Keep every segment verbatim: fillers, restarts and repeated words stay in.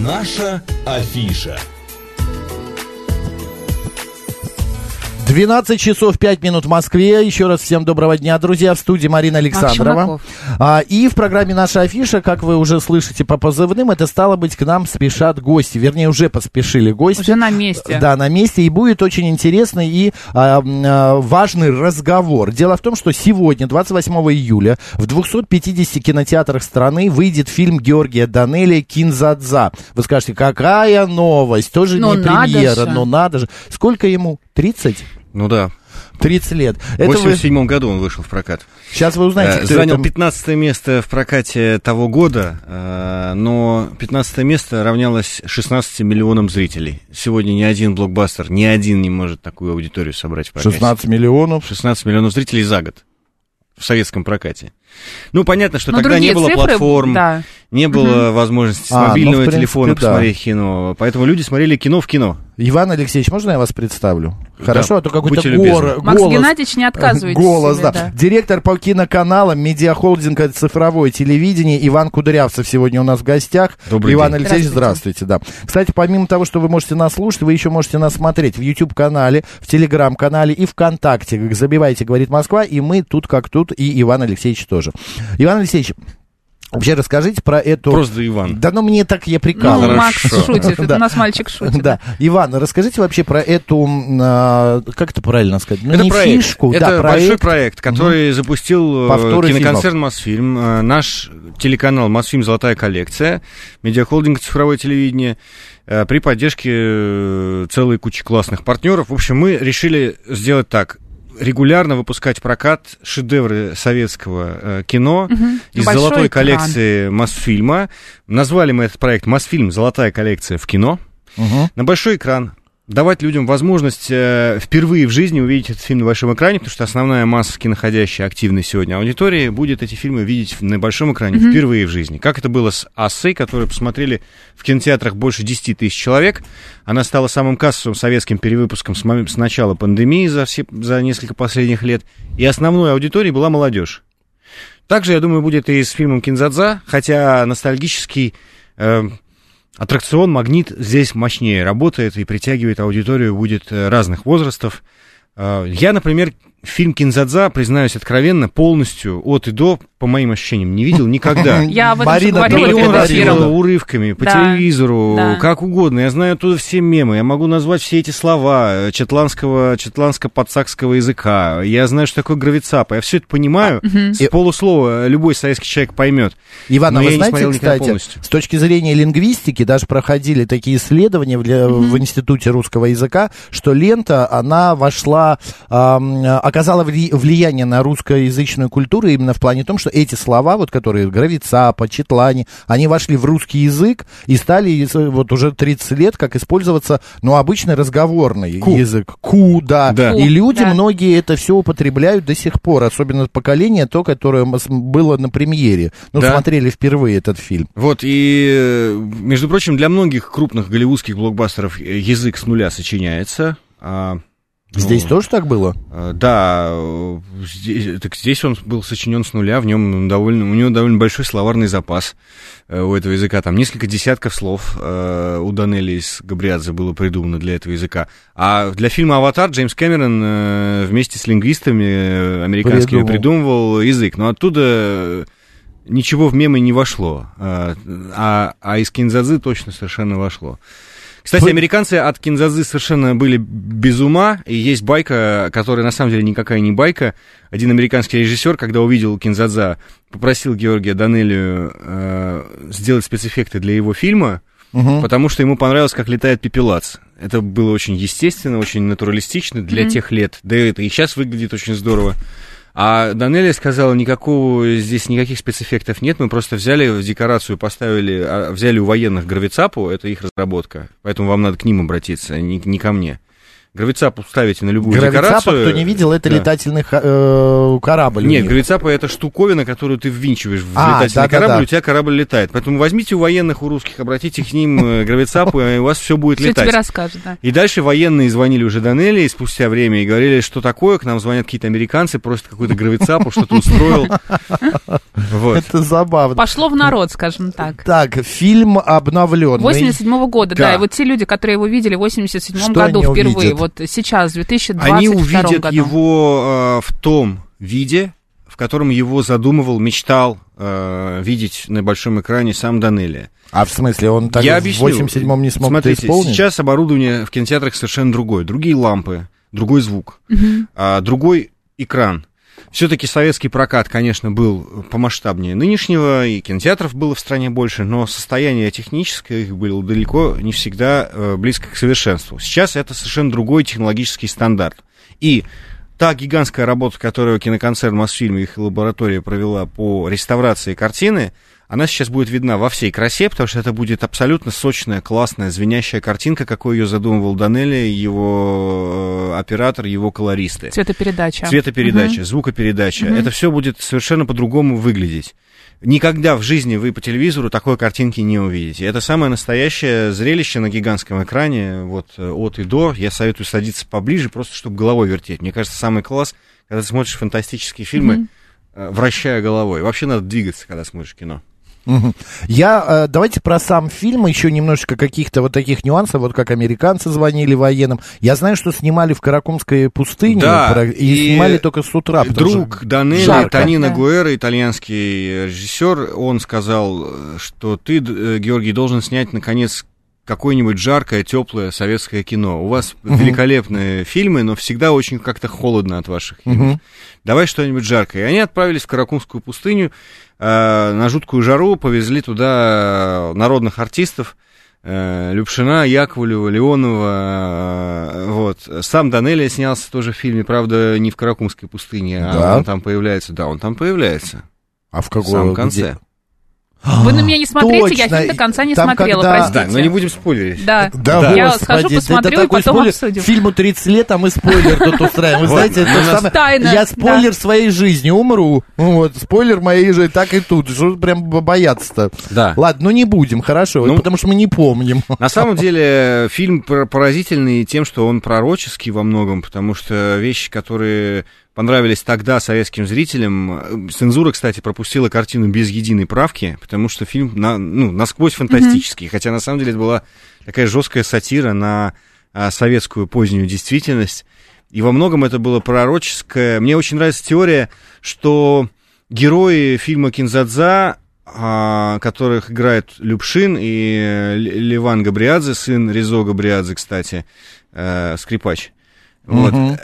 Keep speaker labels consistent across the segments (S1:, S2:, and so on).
S1: Наша афиша.
S2: двенадцать часов пять минут в Москве. Еще раз всем доброго дня, друзья. В студии Марина Александрова. А, и в программе «Наша афиша», как вы уже слышите по позывным, это стало быть, к нам спешат гости. Вернее, уже поспешили гости.
S3: Уже на месте.
S2: Да, на месте. И будет очень интересный и а, а, важный разговор. Дело в том, что сегодня, двадцать восьмого июля, в двухстах пятидесяти кинотеатрах страны выйдет фильм Георгия Данелия «Кинзадза». Вы скажете, какая новость? Тоже
S3: Но
S2: не премьера,
S3: же.
S2: но надо же. Сколько ему? тридцать?
S4: Ну да.
S2: тридцать лет.
S4: В восемьдесят седьмом году он вышел в прокат.
S2: Сейчас вы узнаете, кто
S4: Занял
S2: это...
S4: пятнадцатое место в прокате того года, но пятнадцатое место равнялось шестнадцати миллионам зрителей. Сегодня ни один блокбастер, ни один не может такую аудиторию собрать в прокате.
S2: шестнадцать миллионов?
S4: шестнадцать миллионов зрителей за год в советском прокате. Ну, понятно, что
S3: Но
S4: тогда не было
S3: цифры,
S4: платформ,
S3: да.
S4: не было угу. возможности с
S2: а,
S4: мобильного
S2: ну, принципе,
S4: телефона
S2: да.
S4: посмотреть кино. Поэтому люди смотрели кино в кино.
S2: Иван Алексеевич, можно я вас представлю? Хорошо,
S4: да,
S2: а то какой-то
S4: будьте
S2: гор,
S4: любезны.
S2: голос.
S3: Макс Геннадьевич, не отказывайтесь.
S2: Голос,
S3: себе,
S2: да.
S3: да.
S2: Директор по киноканалам медиахолдинга «Цифровое телевидение» Иван Кудрявцев сегодня у нас в гостях.
S4: Добрый
S2: Иван
S4: день.
S2: Алексеевич, здравствуйте. здравствуйте, да. Кстати, помимо того, что вы можете нас слушать, вы еще можете нас смотреть в YouTube-канале, в Telegram-канале и ВКонтакте. Забивайте, говорит Москва, и мы тут как тут, и Иван Алексеевич тоже. Иван Алексеевич, вообще расскажите про эту...
S4: Просто Иван.
S2: Да ну мне так я прикалываюсь.
S3: Ну, Макс шутит, это
S2: Да.
S3: у нас мальчик шутит.
S2: Да. Иван, расскажите вообще про эту, а, как это правильно сказать? Ну,
S4: Это
S2: не
S4: проект.
S2: фишку,
S4: это
S2: да,
S4: большой
S2: проект.
S4: проект, который угу. запустил
S2: Повторы
S4: киноконцерн
S2: фильмов.
S4: «Мосфильм», э, наш телеканал «Мосфильм. Золотая коллекция», медиахолдинг «Цифровое телевидение», э, при поддержке э, целой кучи классных партнеров. В общем, мы решили сделать так. Регулярно выпускать в прокат шедевры советского э, кино угу. из
S3: Большой
S4: золотой
S3: экран.
S4: коллекции Мосфильма. Назвали мы этот проект «Мосфильм. Золотая коллекция в кино».
S2: Угу.
S4: На большой экран. Давать людям возможность э, впервые в жизни увидеть этот фильм на большом экране, потому что основная масса киноходящей активной сегодня аудитории будет эти фильмы видеть на большом экране mm-hmm. впервые в жизни. Как это было с «Ассой», которую посмотрели в кинотеатрах больше десяти тысяч человек. Она стала самым кассовым советским перевыпуском с, мом- с начала пандемии за, все, за несколько последних лет. И основной аудиторией была молодежь. Также, я думаю, будет и с фильмом «Кинзадза», хотя ностальгический... Э, аттракцион, магнит здесь мощнее работает и притягивает аудиторию, будет разных возрастов. Я, например, фильм «Кинзадза», признаюсь откровенно, полностью от и до, по моим ощущениям, не видел никогда.
S3: Я об этом
S2: Марина,
S3: говорила
S4: Миллион раз
S3: перед
S4: видел
S3: эфиром.
S4: урывками, по
S3: Да.
S4: телевизору,
S3: Да.
S4: как угодно. Я знаю оттуда все мемы, я могу назвать все эти слова четландского, четландско-подсакского языка. Я знаю, что такое гравицапа. Я все это понимаю,
S3: Угу.
S4: с полуслова любой советский человек поймет.
S2: Иван,
S4: Но
S2: а вы
S4: я не
S2: знаете,
S4: смотрел никогда
S2: кстати,
S4: полностью.
S2: с точки зрения лингвистики, даже проходили такие исследования в, для-
S3: Угу.
S2: в Институте русского языка, что лента, она вошла, ам, оказала вли- влияние на русскоязычную культуру именно в плане том, что эти слова, вот которые гравицапа, четлани, они вошли в русский язык и стали вот уже тридцать лет как использоваться, ну, обычный разговорный
S4: Ку.
S2: язык. Ку, да.
S4: Да.
S2: И люди,
S3: Да.
S2: многие это все употребляют до сих пор, особенно поколение то, которое м- было на премьере. Ну,
S4: Да.
S2: смотрели впервые этот фильм.
S4: Вот, и, между прочим, для многих крупных голливудских блокбастеров язык с нуля сочиняется. А,
S2: Здесь
S4: ну,
S2: тоже так было?
S4: а, Да, э, здесь, так здесь он был сочинен с нуля, в нем довольно, у него довольно большой словарный запас э, у этого языка. Там несколько десятков слов э, у Данелии с Габриадзе было придумано для этого языка. А для фильма «Аватар» Джеймс Кэмерон э, вместе с лингвистами э, американскими
S2: Придумал.
S4: придумывал язык. Но оттуда... Ничего в мемы не вошло, а, а, а из «Кинзадзы» точно совершенно вошло. Кстати,
S2: Вы...
S4: американцы от «Кинзадзы» совершенно были без ума, и есть байка, которая на самом деле никакая не байка. Один американский режиссер, когда увидел «Кинзадза», попросил Георгия Данелию э, сделать спецэффекты для его фильма, угу. потому что ему понравилось, как летает пепелац. Это было очень естественно, очень натуралистично для mm-hmm. тех лет, да и это и сейчас выглядит очень здорово. А Данелия сказала, никакого здесь никаких спецэффектов нет, мы просто взяли в декорацию, поставили, взяли у военных гравицапу, это их разработка, поэтому вам надо к ним обратиться, не, не ко мне. Гравицапу ставите на любую
S2: Гравицапа,
S4: декорацию.
S2: кто не видел, это
S4: да.
S2: летательный э, корабль.
S4: Нет, гравицапа это штуковина, которую ты ввинчиваешь в
S2: а,
S4: летательный
S2: да,
S4: корабль,
S2: да, да.
S4: у тебя корабль летает. Поэтому возьмите у военных, у русских, обратите к ним гравицапу, и у вас все будет
S3: всё
S4: летать.
S3: Все тебе расскажут, да.
S4: И дальше военные звонили уже Данелии спустя время и говорили, что такое, к нам звонят какие-то американцы, просят какую-то гравицапу, что ты устроил. Вот.
S2: Это забавно.
S3: Пошло в народ, скажем так.
S2: Так, фильм обновленный.
S3: восемьдесят седьмого года, да.
S4: Да.
S3: И вот те люди, которые его видели в восемьдесят седьмом
S2: Что
S3: году
S2: они
S3: впервые,
S2: увидят?
S3: вот сейчас, в две тысячи двадцать
S4: Они
S3: втором
S4: увидят
S3: году.
S4: его э, в том виде, в котором его задумывал, мечтал э, видеть на большом экране сам Данелия.
S2: А в смысле, он так
S4: Я
S2: в
S4: объясню.
S2: восемьдесят седьмом не смог
S4: Смотрите,
S2: это исполнить?
S4: сейчас оборудование в кинотеатрах совершенно другое. Другие лампы, другой звук,
S3: Мгм.
S4: а, другой экран. Все-таки советский прокат, конечно, был помасштабнее нынешнего, и кинотеатров было в стране больше, но состояние техническое их было далеко не всегда э, близко к совершенству. Сейчас это совершенно другой технологический стандарт. И та гигантская работа, которую киноконцерн «Мосфильм» и их лаборатория провела по реставрации картины, она сейчас будет видна во всей красе, потому что это будет абсолютно сочная, классная, звенящая картинка, какой ее задумывал Данелия, его э, оператор, его колористы.
S3: Цветопередача.
S4: Цветопередача,
S3: Мгм.
S4: звукопередача.
S3: Мгм.
S4: Это все будет совершенно по-другому выглядеть. Никогда в жизни вы по телевизору такой картинки не увидите. Это самое настоящее зрелище на гигантском экране, вот э, от и до. Я советую садиться поближе, просто чтобы головой вертеть. Мне кажется, самый класс, когда ты смотришь фантастические фильмы,
S3: Мгм.
S4: э, вращая головой. Вообще надо двигаться, когда смотришь кино.
S2: Мгм. Я, э, давайте про сам фильм, еще немножечко каких-то вот таких нюансов, вот как американцы звонили военным. Я знаю, что снимали в Каракумской пустыне,
S4: Да,
S2: про- и,
S4: и
S2: снимали только с утра. потому
S4: Друг
S2: что
S4: Данелия,
S2: жарко.
S4: Тонино
S3: Да.
S4: Гуэра, итальянский режиссер, он сказал, что ты, э, Георгий, должен снять, наконец, какое-нибудь жаркое, теплое советское кино. У вас
S2: Мгм.
S4: великолепные фильмы, но всегда очень как-то холодно от ваших фильмов.
S2: Мгм.
S4: Давай что-нибудь жаркое. И они отправились в Каракумскую пустыню, э, на жуткую жару, повезли туда народных артистов, э, Любшина, Яковлева, Леонова, э, вот. Сам Данелия снялся тоже в фильме, правда, не в Каракумской пустыне,
S2: Да.
S4: а он там появляется. Да, он там появляется.
S2: А в
S4: В
S2: каком
S4: самом конце.
S2: где?
S3: Вы на меня не смотрите, я
S2: Точно.
S3: фильм до конца не
S2: Там
S3: смотрела,
S2: когда-
S3: простите.
S4: Да, но не будем спойлерить.
S3: Да.
S2: Да,
S3: Я
S2: господи,
S3: схожу,
S2: это
S3: посмотрю и
S2: такой
S3: потом
S2: спойлер.
S3: обсудим.
S2: Фильму тридцать лет, а мы спойлер тут устраиваем. Вы
S4: Вот.
S2: знаете, это
S4: У нас
S2: самое-
S3: тайна,
S2: я
S3: да.
S2: спойлер своей жизни, умру. Вот, спойлер моей жизни, так и тут. Что прям бояться-то?
S4: Да.
S2: Ладно, ну не будем, хорошо,
S4: Ну,
S2: потому что мы не помним.
S4: На самом деле фильм пор- поразительный тем, что он пророческий во многом, потому что вещи, которые понравились тогда советским зрителям. Цензура, кстати, пропустила картину без единой правки, потому что фильм на, ну, насквозь фантастический, mm-hmm. хотя на самом деле это была такая жесткая сатира на а, советскую позднюю действительность. И во многом это было пророческое. Мне очень нравится теория, что герои фильма «Кинзадза», а, которых играет Любшин и Леван Габриадзе, сын Резо Габриадзе, кстати, э, скрипач. Вот. Mm-hmm.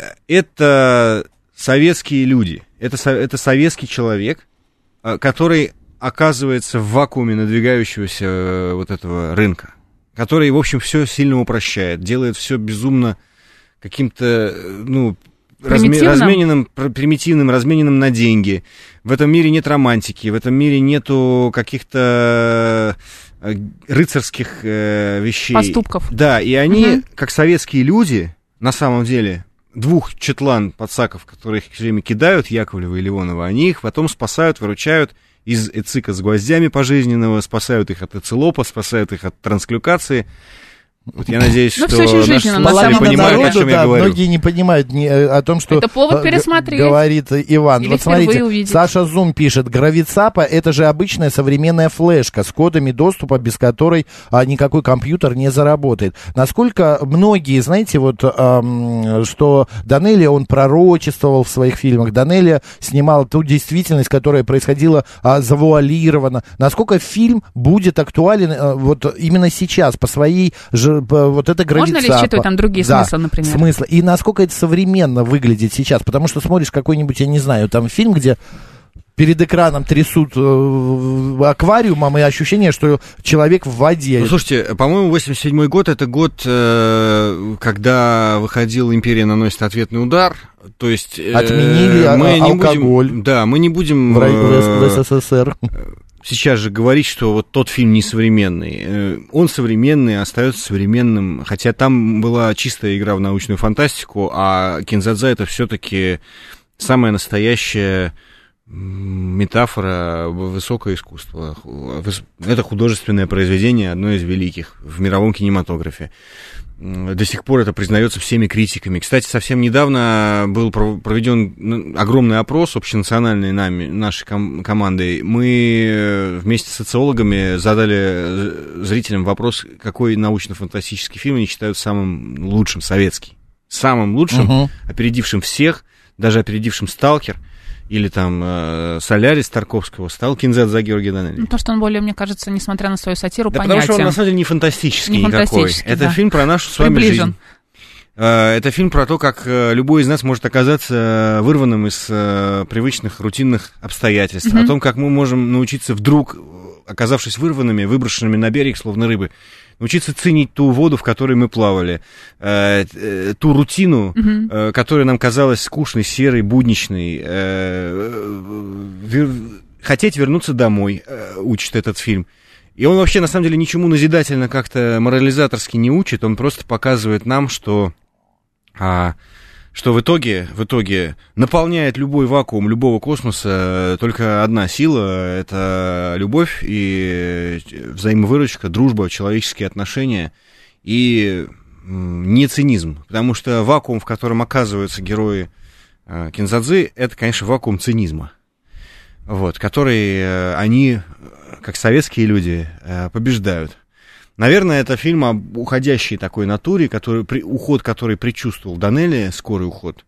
S4: Это советские люди. Это, это советский человек, который оказывается в вакууме надвигающегося вот этого рынка, который, в общем, все сильно упрощает, делает все безумно каким-то, ну, разме, размененным, примитивным, размененным на деньги. В этом мире нет романтики, в этом мире нету каких-то рыцарских э, вещей.
S3: Поступков.
S4: Да, и они,
S3: угу.
S4: как советские люди, на самом деле, двух четлан подсаков, которые их все время кидают, Яковлева и Леонова, они их потом спасают, выручают из эцика с гвоздями пожизненного, спасают их от эцелопа, спасают их от трансклюкации. Вот я надеюсь,
S3: ну,
S4: что
S3: наши
S4: слушатели понимают,
S2: народу,
S4: о чем
S2: да,
S4: я говорю.
S2: Многие не понимают не, о том, что
S3: это повод пересмотреть.
S2: Говорит Иван.
S3: Или
S2: вот смотрите,
S3: увидеть.
S2: Саша Зум пишет, Гравицапа — это же обычная современная флешка с кодами доступа, без которой а, никакой компьютер не заработает. Насколько многие, знаете, вот, эм, что Данелия, он пророчествовал в своих фильмах, Данелия снимал ту действительность, которая происходила а, завуалированно. Насколько фильм будет актуален а, вот именно сейчас, по своей же вот это Гравицапа.
S3: Можно ли считывать там другие
S2: да,
S3: смыслы, например?
S2: Смыслы. И насколько это современно выглядит сейчас. Потому что смотришь какой-нибудь, я не знаю, там фильм, где перед экраном трясут э, аквариумом, и ощущение, что человек в воде.
S4: Ну, слушайте, по-моему, восемьдесят седьмой год — это год, э, когда выходил «Империя наносит ответный удар». То есть... Э,
S2: Отменили
S4: мы
S2: а-
S4: не
S2: алкоголь.
S4: Будем, да, мы не будем...
S2: В,
S4: э,
S2: в СССР.
S4: Сейчас же говорить, что вот тот фильм несовременный. Он современный, остается современным, хотя там была чистая игра в научную фантастику, а «Кинзадза» — это все-таки самая настоящая метафора, высокое искусство. Это художественное произведение, одно из великих в мировом кинематографе. До сих пор это признается всеми критиками. Кстати, совсем недавно был проведен огромный опрос общенациональный нами, нашей ком- командой. Мы вместе с социологами задали зрителям вопрос, какой научно-фантастический фильм они считают самым лучшим, советский. Самым лучшим, uh-huh. опередившим всех, даже опередившим «Сталкер». Или там э, «Солярис» Тарковского стал «Кинзадза» Георгия Данелия.
S3: Ну, то, что он более, мне кажется, несмотря на свою сатиру,
S4: да
S3: понятен.
S4: Потому что он, на самом деле, не фантастический
S3: не
S4: никакой.
S3: Фантастический,
S4: это
S3: да.
S4: фильм про нашу с вами
S3: Приближен.
S4: жизнь. Э, это фильм про то, как э, любой из нас может оказаться вырванным из э, привычных, рутинных обстоятельств. Mm-hmm. О том, как мы можем научиться вдруг, оказавшись вырванными, выброшенными на берег, словно рыбы, научиться ценить ту воду, в которой мы плавали, э, э, ту рутину, mm-hmm. э, которая нам казалась скучной, серой, будничной. Э, вер... Хотеть вернуться домой, э, учит этот фильм. И он вообще, на самом деле, ничему назидательно как-то морализаторски не учит, он просто показывает нам, что... А, что в итоге, в итоге наполняет любой вакуум любого космоса только одна сила — это любовь и взаимовыручка, дружба, человеческие отношения и не цинизм. Потому что вакуум, в котором оказываются герои Кинзадзы, это, конечно, вакуум цинизма, вот, который они, как советские люди, побеждают. Наверное, это фильм об уходящей такой натуре, который, при, уход, который предчувствовал Данелли, скорый уход,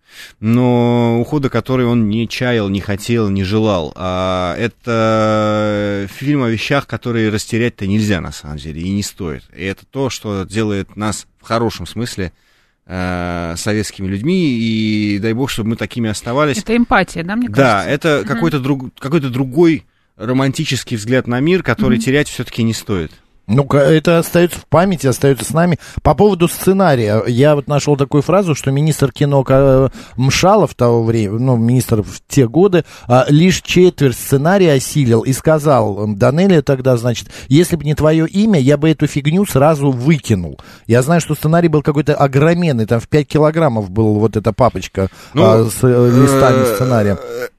S4: но ухода, который он не чаял, не хотел, не желал. А это фильм о вещах, которые растерять-то нельзя, на самом деле, и не стоит. И это то, что делает нас в хорошем смысле э, советскими людьми, и дай бог, чтобы мы такими оставались.
S3: Это эмпатия, да, мне кажется?
S4: Да, это угу. какой-то, друг, какой-то другой романтический взгляд на мир, который угу. терять все-таки не стоит.
S2: Ну, это остается в памяти, остается с нами. По поводу сценария, я вот нашел такую фразу, что министр кино Мшалов того времени, ну, министр в те годы, лишь четверть сценария осилил и сказал Данелия тогда, значит, если бы не твое имя, я бы эту фигню сразу выкинул. Я знаю, что сценарий был какой-то огроменный, там в пять килограммов был вот эта папочка ну, а, с листами сценария.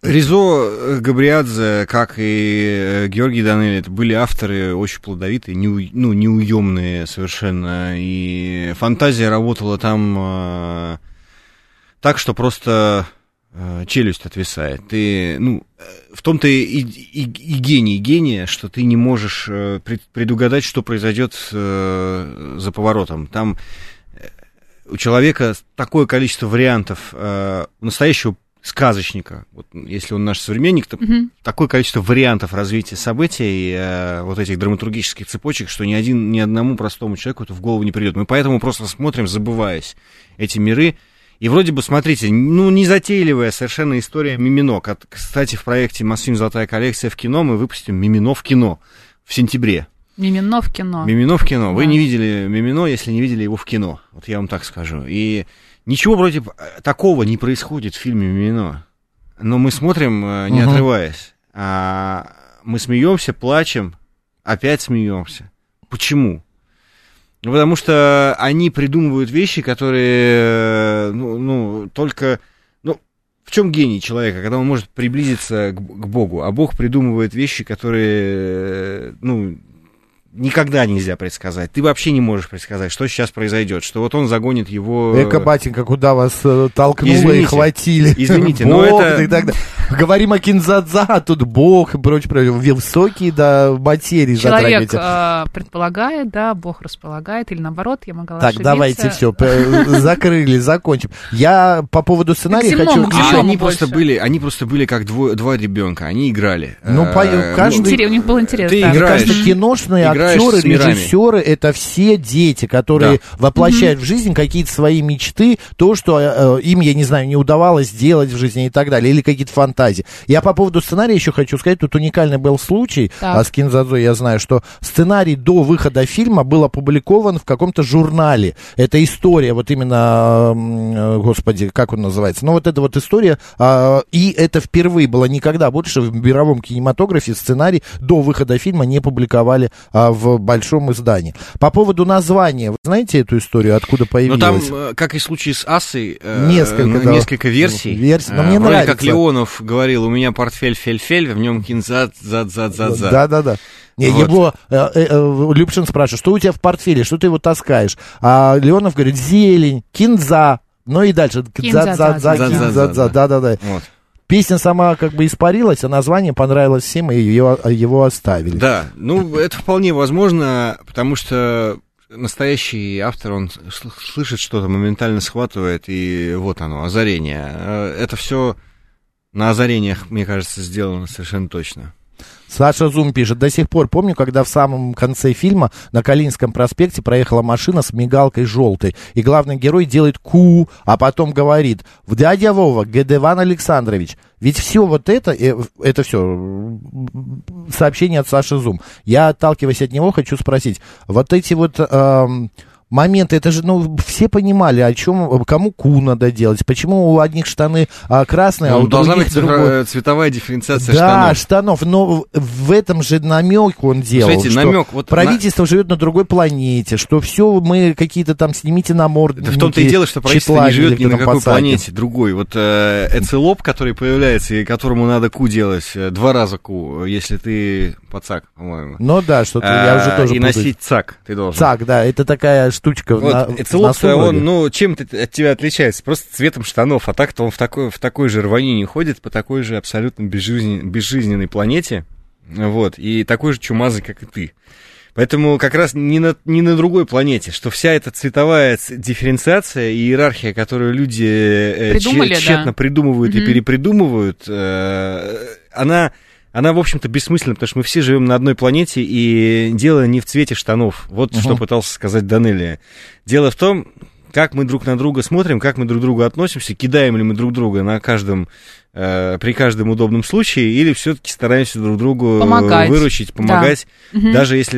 S4: Ризо Габриадзе, как и Георгий Данелия, это были авторы очень плодовитые, не ну, неуемные совершенно, и фантазия работала там э, так, что просто э, челюсть отвисает. Ты, ну, в том-то и, и, и гений гения, что ты не можешь э, предугадать, что произойдет э, за поворотом. Там у человека такое количество вариантов э, настоящего сказочника, вот, если он наш современник, то mm-hmm. такое количество вариантов развития событий, э, вот этих драматургических цепочек, что ни, один, ни одному простому человеку это в голову не придет. Мы поэтому просто смотрим, забываясь эти миры. И вроде бы, смотрите, ну, незатейливая совершенно история «Мимино». Кстати, в проекте «Мосфильм. Золотая коллекция» в кино мы выпустим «Мимино» в кино в сентябре.
S3: «Мимино» в кино.
S4: «Мимино» в кино.
S3: Да.
S4: Вы не видели «Мимино», если не видели его в кино. Вот я вам так скажу. И ничего вроде такого не происходит в фильме «Мимино». Но мы смотрим, не uh-huh. отрываясь. А мы смеемся, плачем, опять смеемся. Почему? Ну, потому что они придумывают вещи, которые, ну, ну только... Ну, в чем гений человека? Когда он может приблизиться к, к Богу, а Бог придумывает вещи, которые, ну... никогда нельзя предсказать. Ты вообще не можешь предсказать, что сейчас произойдет, что вот он загонит его...
S2: Эка, батенька, куда вас э, толкнуло
S4: извините,
S2: и хватили.
S4: Извините,
S2: Бог,
S4: но это...
S2: И так далее. Говорим о Кинзадза, а тут Бог и прочее, прочее. Высокие до материи
S3: человек
S2: затрагиваете.
S3: Э, предполагает, да, Бог располагает, или наоборот, я могла
S2: так,
S3: ошибиться.
S2: давайте все, закрыли, закончим. Я по поводу сценария хочу...
S4: А они просто были, они просто были как дво, два ребенка, они играли.
S2: Ну, каждый...
S3: Интерес, у них был интерес,
S4: ты
S3: да.
S2: Мне кажется, киношные актеры, режиссеры, это все дети, которые да. воплощают mm-hmm. в жизнь какие-то свои мечты, то, что э, им, я не знаю, не удавалось сделать в жизни и так далее, или какие-то фантазии. Я по поводу сценария еще хочу сказать, тут уникальный был случай, а с Кинзадзой я знаю, что сценарий до выхода фильма был опубликован в каком-то журнале. Это история, вот именно, э, господи, как он называется, ну вот эта вот история, э, и это впервые было, никогда больше в мировом кинематографе сценарий до выхода фильма не публиковали э, в большом издании. По поводу названия, вы знаете эту историю, откуда появилась?
S4: Ну там, как и в случае с Асой,
S2: несколько,
S4: э,
S2: да,
S4: несколько версий.
S2: версий. Но мне
S4: Вроде
S2: нравится.
S4: как Леонов говорил, у меня портфель фель-фель, в нем кинза, зад-зад-зад-зад.
S2: Да-да-да. Не, вот. Его, э, э, Любшин спрашивает, что у тебя в портфеле, что ты его таскаешь? А Леонов говорит, зелень, кинза, ну и дальше, зад-зад-зад, да-да-да. Песня сама как бы испарилась, а название понравилось всем, и ее, его оставили.
S4: Да, ну это вполне возможно, потому что настоящий автор, он слышит что-то, моментально схватывает, и вот оно, озарение. Это все на озарениях, мне кажется, сделано совершенно точно.
S2: Саша Зум пишет, до сих пор помню, когда в самом конце фильма на Калининском проспекте проехала машина с мигалкой желтой, и главный герой делает ку, а потом говорит, дядя Вова, Гедеван Александрович. Ведь все вот это, это все сообщение от Саши Зум. Я, отталкиваясь от него, хочу спросить, вот эти вот... Эм, моменты, это же, ну, все понимали, о чем, кому ку надо делать, почему у одних штаны а, красные, ну, а у
S4: должна
S2: других
S4: быть
S2: другой...
S4: цветовая дифференциация
S2: да,
S4: штанов.
S2: штанов, но в этом же намек он делал,
S4: Смотрите,
S2: что
S4: намек, вот
S2: правительство на... живет на другой планете, что все мы какие-то там снимите намордники.
S4: Это в том-то и дело, что правительство не живет ни на какой планете другой. Вот э, Эцелоп, который появляется и которому надо ку делать, два раза ку, если ты пацак, по-моему.
S2: Ну да, что-то а, я уже тоже
S4: и
S2: путаюсь.
S4: носить цак ты должен.
S2: Цак, да, это такая штучка.
S4: Вот,
S2: на,
S4: Эцелоп, он, ну, чем-то от тебя отличается? Просто цветом штанов, а так-то он в такой, в такой же рванине ходит, по такой же абсолютно безжизнен, безжизненной планете, вот, и такой же чумазый, как и ты. Поэтому как раз не на, не на другой планете, что вся эта цветовая дифференциация и иерархия, которую люди
S3: Придумали,
S4: тщетно
S3: да.
S4: придумывают mm-hmm. и перепридумывают, она... Она, в общем-то, бессмысленна, потому что мы все живем на одной планете, и дело не в цвете штанов. Вот uh-huh. что пытался сказать Данелия. Дело в том, как мы друг на друга смотрим, как мы друг к другу относимся, кидаем ли мы друг друга на каждом, э, при каждом удобном случае, или все-таки стараемся друг другу
S3: помогать.
S4: выручить, помогать,
S3: да. uh-huh.
S4: даже если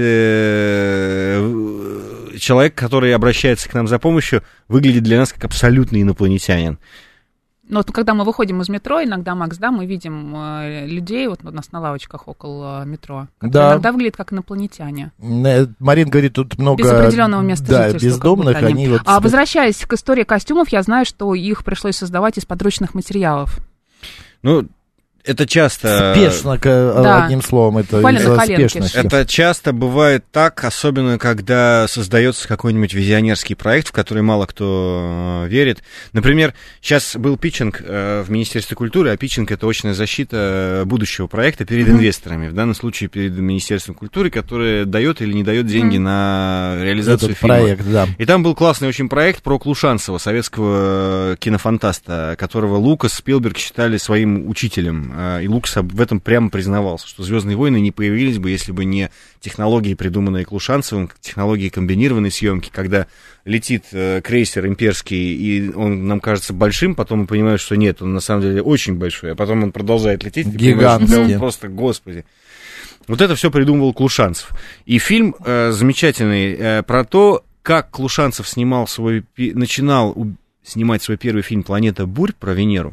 S4: э, человек, который обращается к нам за помощью, выглядит для нас как абсолютный инопланетянин.
S3: Но вот когда мы выходим из метро, иногда, Макс, да, мы видим э, людей, вот у нас на лавочках около метро, которые
S2: да.
S3: иногда выглядят как инопланетяне.
S2: Марин говорит, тут много...
S3: Без определенного места
S2: да,
S3: жительства.
S2: бездомных, они... они вот...
S3: А возвращаясь к истории костюмов, я знаю, что их пришлось создавать из подручных материалов.
S4: Ну... Это часто...
S2: Спешно,
S3: да.
S2: одним словом, это
S3: из-за
S2: спешности.
S4: Это часто бывает так, особенно когда создается какой-нибудь визионерский проект, в который мало кто верит. Например, сейчас был питчинг в Министерстве культуры, а питчинг — это очная защита будущего проекта перед mm-hmm. инвесторами, в данном случае перед Министерством культуры, которое дает или не дает деньги mm-hmm. на реализацию
S2: Этот
S4: фильма.
S2: Проект, да.
S4: И там был классный очень проект про Клушанцева, советского кинофантаста, которого Лукас, Спилберг считали своим учителем. И Лукас в этом прямо признавался, что «Звездные войны» не появились бы, если бы не технологии, придуманные Клушанцевым, технологии комбинированной съемки, когда летит крейсер имперский, и он нам кажется большим, потом мы понимаем, что нет, он на самом деле очень большой, а потом он продолжает лететь, и ты понимаешь, что он просто, господи. Вот это все придумывал Клушанцев. И фильм э, замечательный э, про то, как Клушанцев снимал свой, начинал снимать свой первый фильм «Планета бурь» про Венеру,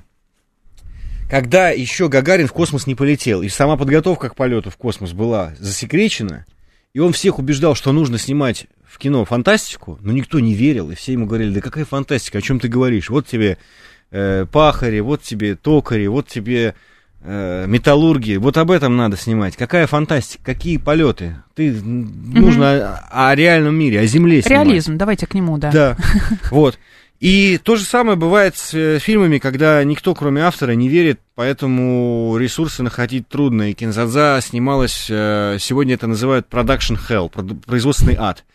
S4: когда еще Гагарин в космос не полетел, и сама подготовка к полету в космос была засекречена, и он всех убеждал, что нужно снимать в кино фантастику, но никто не верил, и все ему говорили, да какая фантастика, о чем ты говоришь, вот тебе э, пахари, вот тебе токари, вот тебе э, металлурги, вот об этом надо снимать, какая фантастика, какие полеты, ты mm-hmm. нужно о, о реальном мире, о Земле снимать.
S3: Реализм, давайте к нему, да.
S4: Да, вот. И то же самое бывает с фильмами, когда никто, кроме автора, не верит, поэтому ресурсы находить трудно. И Кинзадза снималась, сегодня это называют production hell, производственный ад.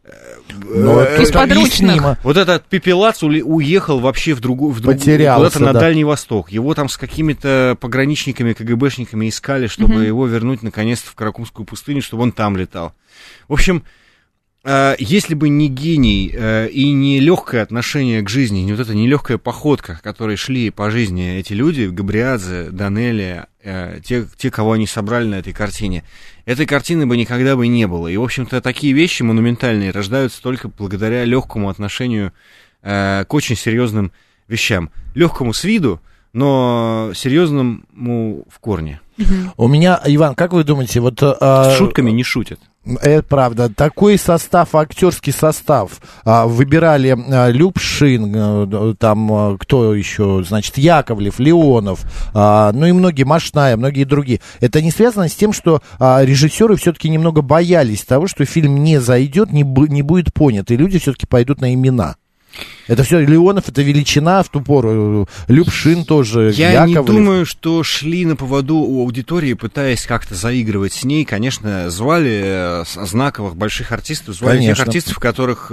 S3: Из подручных.
S4: Вот этот пепелац уехал вообще в другую, в другую куда-то на да. Дальний Восток. Его там с какими-то пограничниками, КГБшниками искали, чтобы mm-hmm. его вернуть наконец-то в Каракумскую пустыню, чтобы он там летал. В общем... Если бы не гений э, и не легкое отношение к жизни, не вот эта нелегкая походка, которой шли по жизни эти люди, Габриадзе, Данелли, э, те, те, кого они собрали на этой картине, этой картины бы никогда бы не было. И, в общем-то, такие вещи монументальные рождаются только благодаря легкому отношению э, к очень серьезным вещам. Легкому с виду, но серьезному в корне.
S2: У меня, Иван, как вы думаете, вот...
S4: С шутками не шутят.
S2: Это правда. Такой состав, актерский состав. А, выбирали а, Любшин, а, там а, кто еще, значит, Яковлев, Леонов, а, ну и многие, Машная, многие другие. Это не связано с тем, что а, режиссеры все-таки немного боялись того, что фильм не зайдет, не, б, не будет понят, и люди все-таки пойдут на имена. Это все, Леонов, это величина в ту пору, Любшин тоже,
S4: Я
S2: Яковлев.
S4: не думаю, что шли на поводу у аудитории, пытаясь как-то заигрывать с ней. Конечно, звали знаковых больших артистов, звали
S2: Конечно.
S4: тех артистов, которых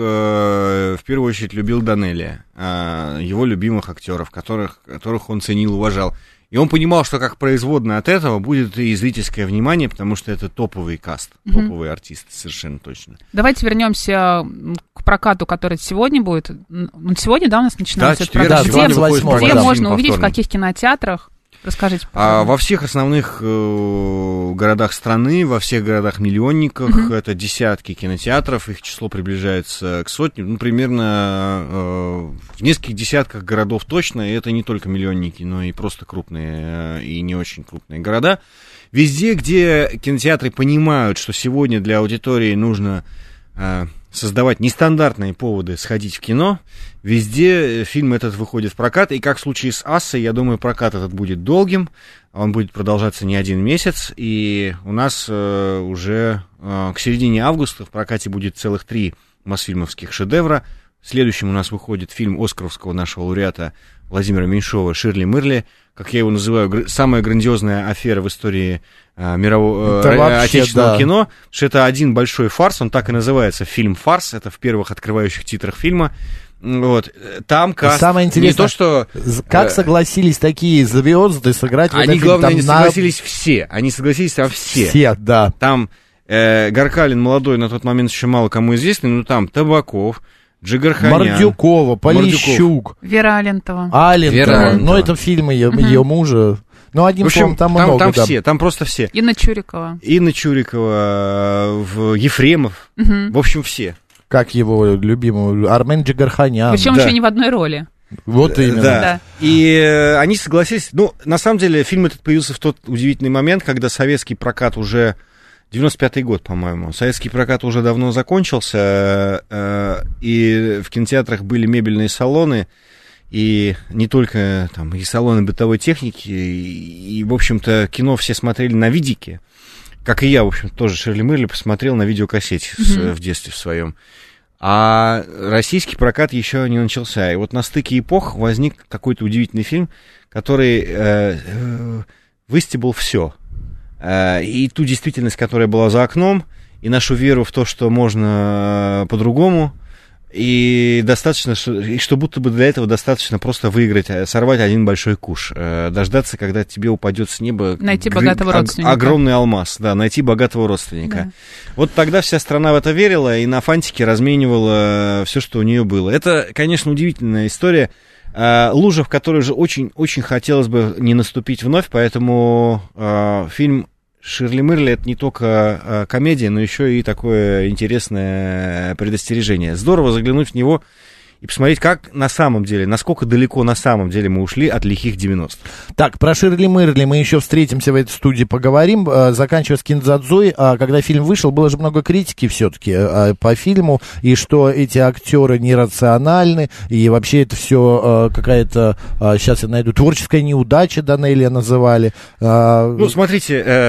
S4: э, в первую очередь любил Данелия, э, его любимых актеров, которых, которых он ценил, уважал. И он понимал, что как производная от этого будет и зрительское внимание, потому что это топовый каст, mm-hmm. топовые артисты, совершенно точно.
S3: Давайте вернемся к прокату, который сегодня будет. Сегодня, да, у нас начинается
S4: да, четверг,
S3: прокат.
S4: сегодня
S3: Где,
S4: выходит
S3: где
S4: прокат,
S3: можно увидеть, в каких кинотеатрах? Расскажите.
S4: А, во всех основных э, городах страны, во всех городах-миллионниках, uh-huh. это десятки кинотеатров, их число приближается к сотне, ну, примерно э, в нескольких десятках городов точно, и это не только миллионники, но и просто крупные э, и не очень крупные города. Везде, где кинотеатры понимают, что сегодня для аудитории нужно э, создавать нестандартные поводы сходить в кино, везде фильм этот выходит в прокат, и как в случае с «Ассой», я думаю, прокат этот будет долгим, он будет продолжаться не один месяц, и у нас э, уже э, к середине августа в прокате будет целых три мосфильмовских шедевра. Следующим у нас выходит фильм оскаровского нашего лауреата Владимира Меньшова «Ширли Мырли», как я его называю, гр- самая грандиозная афера в истории э, мирового э, вообще, отечественного да. кино, что это один большой фарс, он так и называется, фильм «Фарс», это в первых открывающих титрах фильма. Вот, там каст,
S2: самое интересное,
S4: не то, что...
S2: Как согласились такие звезды сыграть в этом
S4: Они,
S2: фильме?
S4: главное,
S2: Там
S4: не
S2: на...
S4: согласились все, они согласились там все.
S2: Все, да.
S4: Там э, Гаркалин молодой, на тот момент еще мало кому известный, но там Табаков, Джигарханян,
S2: Мордюкова, Полищук,
S3: Вера Алентова.
S2: Алентова,
S4: Вера Алентова.
S2: Ну, это фильмы ее, uh-huh. ее мужа. Ну, одним
S4: в общем,
S2: словом, там,
S4: там
S2: много,
S4: там
S2: да.
S4: все, там просто все.
S3: Инна Чурикова.
S4: Инна Чурикова, в Ефремов,
S3: uh-huh.
S4: в общем, все.
S2: Как его любимого, Армен Джигарханян.
S3: Причем
S4: да.
S3: еще не в одной роли.
S2: Вот именно.
S4: Да.
S3: Да.
S4: И э, они согласились. Ну, на самом деле, фильм этот появился в тот удивительный момент, когда советский прокат уже... девяносто пятый год, по-моему. Советский прокат уже давно закончился, э, и в кинотеатрах были мебельные салоны, и не только там и салоны бытовой техники, и, и, в общем-то, кино все смотрели на видике, как и я, в общем, тоже «Ширли Мырли» посмотрел на видеокассете mm-hmm. в детстве в своем. А российский прокат еще не начался. И вот на стыке эпох возник какой-то удивительный фильм, который э, э, выстебал все. Э, и ту действительность, которая была за окном, и нашу веру в то, что можно э, по-другому. И достаточно, что, и что будто бы для этого достаточно просто выиграть, сорвать один большой куш, э, дождаться, когда тебе упадет с неба
S3: найти
S4: гр...
S3: богатого родственника.
S4: Ог- огромный алмаз, да, найти богатого родственника. Да. Вот тогда вся страна в это верила и на фантике разменивала все, что у нее было. Это, конечно, удивительная история. Э, лужа, в которой уже очень-очень хотелось бы не наступить вновь, поэтому э, фильм «Ширли Мырли» — это не только э, комедия, но еще и такое интересное предостережение. Здорово заглянуть в него и посмотреть, как на самом деле, насколько далеко на самом деле мы ушли от лихих девяностых.
S2: Так, про «Ширли Мырли» мы еще встретимся в этой студии, поговорим. Заканчивая с «Киндзадзой», когда фильм вышел, было же много критики все-таки по фильму, и что эти актеры нерациональны, и вообще это все какая-то, сейчас я найду, творческая неудача, Данелия называли.
S4: Ну, смотрите, э,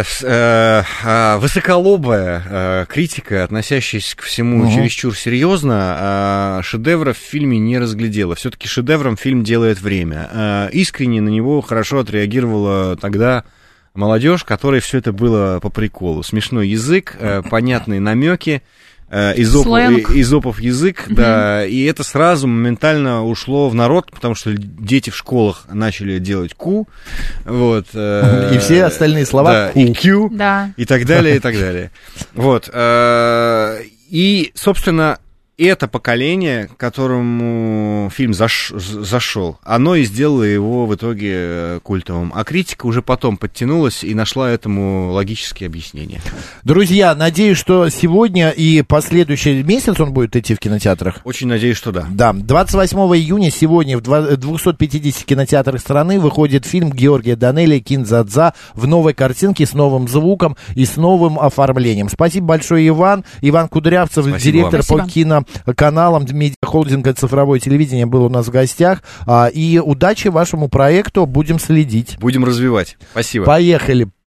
S4: э, высоколобая э, критика, относящаяся к всему угу. чересчур серьезно, э, шедевров в фильме не разглядела. Все-таки шедевром фильм делает время. Э, искренне на него хорошо отреагировала тогда молодежь, которой все это было по приколу. Смешной язык, э, понятные намеки, э, изопов, изопов язык, mm-hmm. да, и это сразу моментально ушло в народ, потому что дети в школах начали делать ку, вот. Э,
S2: и все остальные слова
S4: да,
S2: ку.
S4: И кью,
S3: да.
S4: и так далее, и так далее. Вот. Э, и, собственно, это поколение, которому фильм заш... зашел, оно и сделало его в итоге культовым. А критика уже потом подтянулась и нашла этому логические объяснения.
S2: Друзья, надеюсь, что сегодня и последующий месяц он будет идти в кинотеатрах.
S4: Очень надеюсь, что да.
S2: Да, двадцать восьмого июня сегодня в двухстах пятидесяти кинотеатрах страны выходит фильм Георгия Данелия «Кин-дза-дза» в новой картинке, с новым звуком и с новым оформлением. Спасибо большое, Иван. Иван Кудрявцев,
S4: Спасибо
S2: директор
S3: вам.
S2: по киноканалам медиахолдинга «Цифровое телевидение», был у нас в гостях. И удачи вашему проекту, будем следить.
S4: Будем развивать. Спасибо.
S2: Поехали.